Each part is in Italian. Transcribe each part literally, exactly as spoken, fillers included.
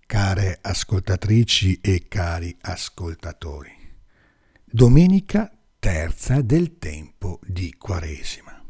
care ascoltatrici e cari ascoltatori. Domenica terza del tempo di Quaresima.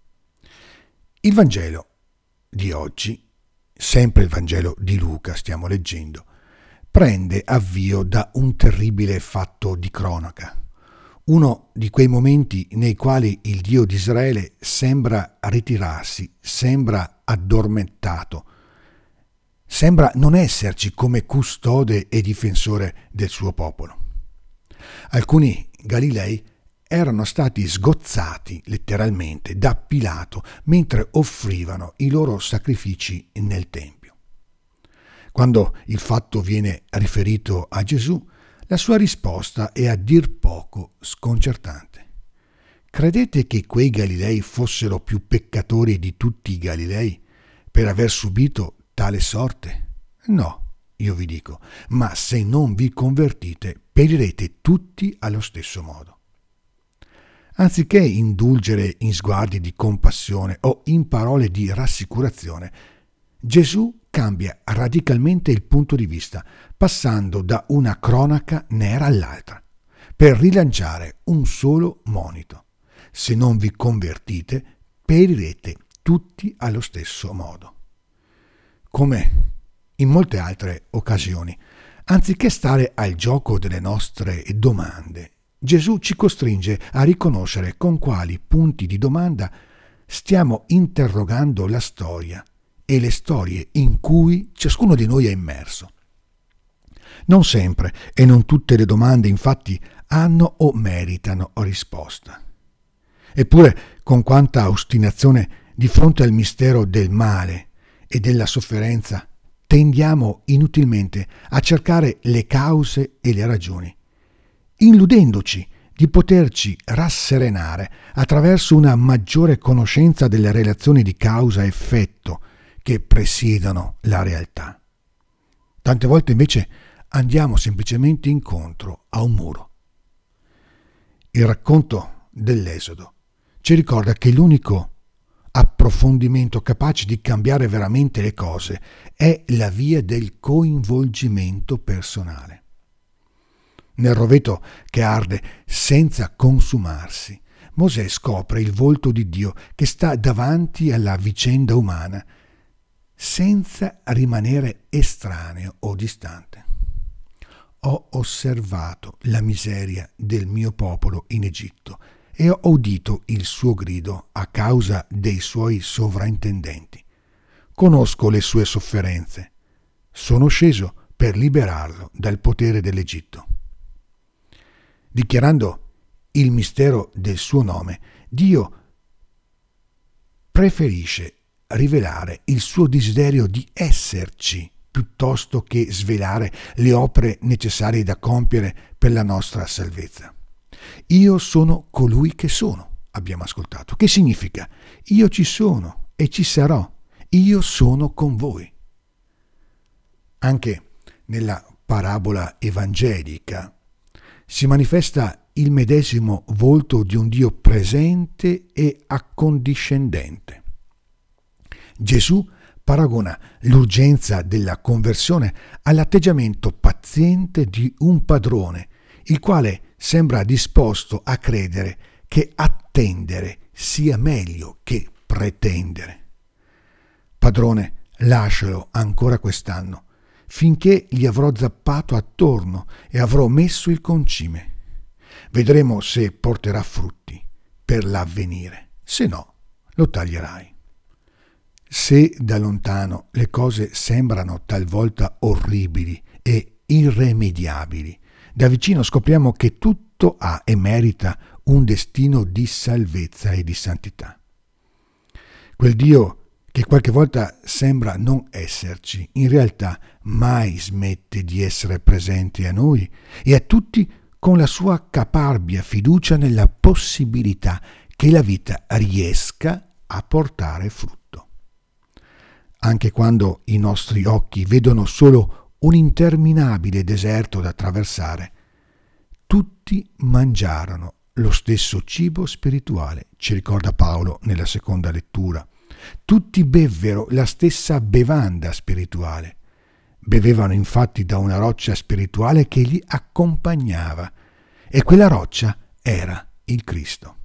Il Vangelo di oggi, sempre il Vangelo di Luca stiamo leggendo, prende avvio da un terribile fatto di cronaca, uno di quei momenti nei quali il Dio di Israele sembra ritirarsi, sembra addormentato, sembra non esserci come custode e difensore del suo popolo. Alcuni Galilei erano stati sgozzati letteralmente da Pilato mentre offrivano i loro sacrifici nel Tempio. Quando il fatto viene riferito a Gesù, la sua risposta è a dir poco sconcertante. Credete che quei Galilei fossero più peccatori di tutti i Galilei per aver subito tale sorte? No, io vi dico, ma se non vi convertite, perirete tutti allo stesso modo. Anziché indulgere in sguardi di compassione o in parole di rassicurazione, Gesù cambia radicalmente il punto di vista, passando da una cronaca nera all'altra, per rilanciare un solo monito. Se non vi convertite, perirete tutti allo stesso modo. Come in molte altre occasioni, anziché stare al gioco delle nostre domande, Gesù ci costringe a riconoscere con quali punti di domanda stiamo interrogando la storia e le storie in cui ciascuno di noi è immerso. Non sempre e non tutte le domande, infatti, hanno o meritano risposta. Eppure, con quanta ostinazione di fronte al mistero del male e della sofferenza, tendiamo inutilmente a cercare le cause e le ragioni, illudendoci di poterci rasserenare attraverso una maggiore conoscenza delle relazioni di causa-effetto che presiedono la realtà. Tante volte invece andiamo semplicemente incontro a un muro. Il racconto dell'Esodo ci ricorda che l'unico approfondimento capace di cambiare veramente le cose è la via del coinvolgimento personale. Nel roveto che arde senza consumarsi, Mosè scopre il volto di Dio che sta davanti alla vicenda umana, senza rimanere estraneo o distante. Ho osservato la miseria del mio popolo in Egitto e ho udito il suo grido a causa dei suoi sovrintendenti. Conosco le sue sofferenze. Sono sceso per liberarlo dal potere dell'Egitto. Dichiarando il mistero del suo nome, Dio preferisce rivelare il suo desiderio di esserci piuttosto che svelare le opere necessarie da compiere per la nostra salvezza. Io sono colui che sono, abbiamo ascoltato. Che significa? Io ci sono e ci sarò. Io sono con voi. Anche nella parabola evangelica si manifesta il medesimo volto di un Dio presente e accondiscendente. Gesù paragona l'urgenza della conversione all'atteggiamento paziente di un padrone, il quale sembra disposto a credere che attendere sia meglio che pretendere. Padrone, lascialo ancora quest'anno, finché gli avrò zappato attorno e avrò messo il concime. Vedremo se porterà frutti per l'avvenire, se no lo taglierai. Se da lontano le cose sembrano talvolta orribili e irrimediabili, da vicino scopriamo che tutto ha e merita un destino di salvezza e di santità. Quel Dio che qualche volta sembra non esserci, in realtà mai smette di essere presente a noi e a tutti con la sua caparbia fiducia nella possibilità che la vita riesca a portare frutto. Anche quando i nostri occhi vedono solo un interminabile deserto da attraversare, tutti mangiarono lo stesso cibo spirituale, ci ricorda Paolo nella seconda lettura. Tutti bevvero la stessa bevanda spirituale, Bevevano infatti da una roccia spirituale che li accompagnava, e quella roccia era il Cristo.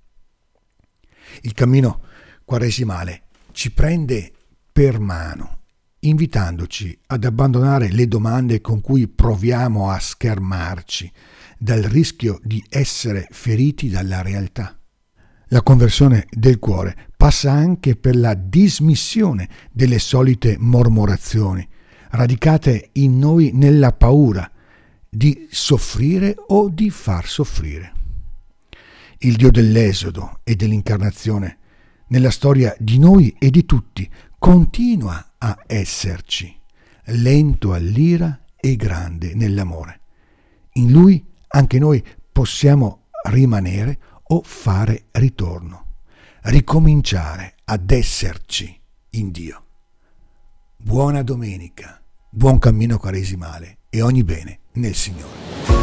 Il cammino quaresimale ci prende per mano, invitandoci ad abbandonare le domande con cui proviamo a schermarci dal rischio di essere feriti dalla realtà. La conversione del cuore passa anche per la dismissione delle solite mormorazioni, radicate in noi nella paura di soffrire o di far soffrire. Il Dio dell'Esodo e dell'incarnazione, nella storia di noi e di tutti, continua a esserci, lento all'ira e grande nell'amore. In Lui anche noi possiamo rimanere o fare ritorno, ricominciare ad esserci in Dio. Buona domenica, buon cammino quaresimale e ogni bene nel Signore.